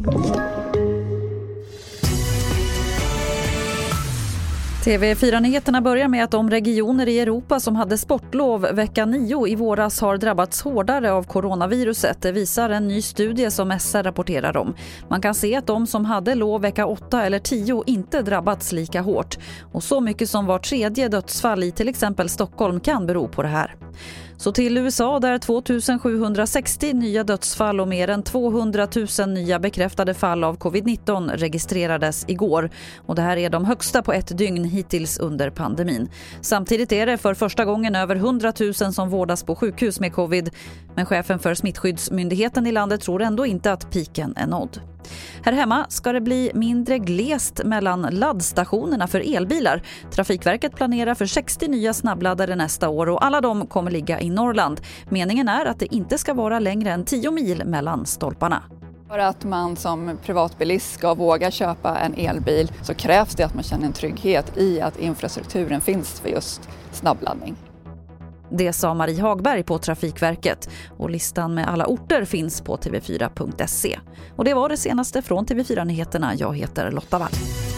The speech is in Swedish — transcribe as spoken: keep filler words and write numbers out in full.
T V fyra-nyheterna börjar med att de regioner i Europa som hade sportlov vecka nio i våras har drabbats hårdare av coronaviruset. Det visar en ny studie som S R rapporterar om. Man kan se att de som hade lov vecka åtta eller tio inte drabbats lika hårt. Och så mycket som var tredje dödsfall i till exempel Stockholm kan bero på det här. Så till U S A där tvåtusensjuhundrasextio nya dödsfall och mer än tvåhundratusen nya bekräftade fall av covid nitton registrerades igår. Och det här är de högsta på ett dygn hittills under pandemin. Samtidigt är det för första gången över hundratusen som vårdas på sjukhus med covid. Men chefen för smittskyddsmyndigheten i landet tror ändå inte att piken är nådd. Här hemma ska det bli mindre glest mellan laddstationerna för elbilar. Trafikverket planerar för sextio nya snabbladdare nästa år och alla de kommer ligga i Norrland. Meningen är att det inte ska vara längre än tio mil mellan stolparna. För att man som privatbilist ska våga köpa en elbil så krävs det att man känner en trygghet i att infrastrukturen finns för just snabbladdning. Det sa Marie Hagberg på Trafikverket och listan med alla orter finns på t v fyra punkt se. Och det var det senaste från T V fyra-nyheterna. Jag heter Lotta Wall.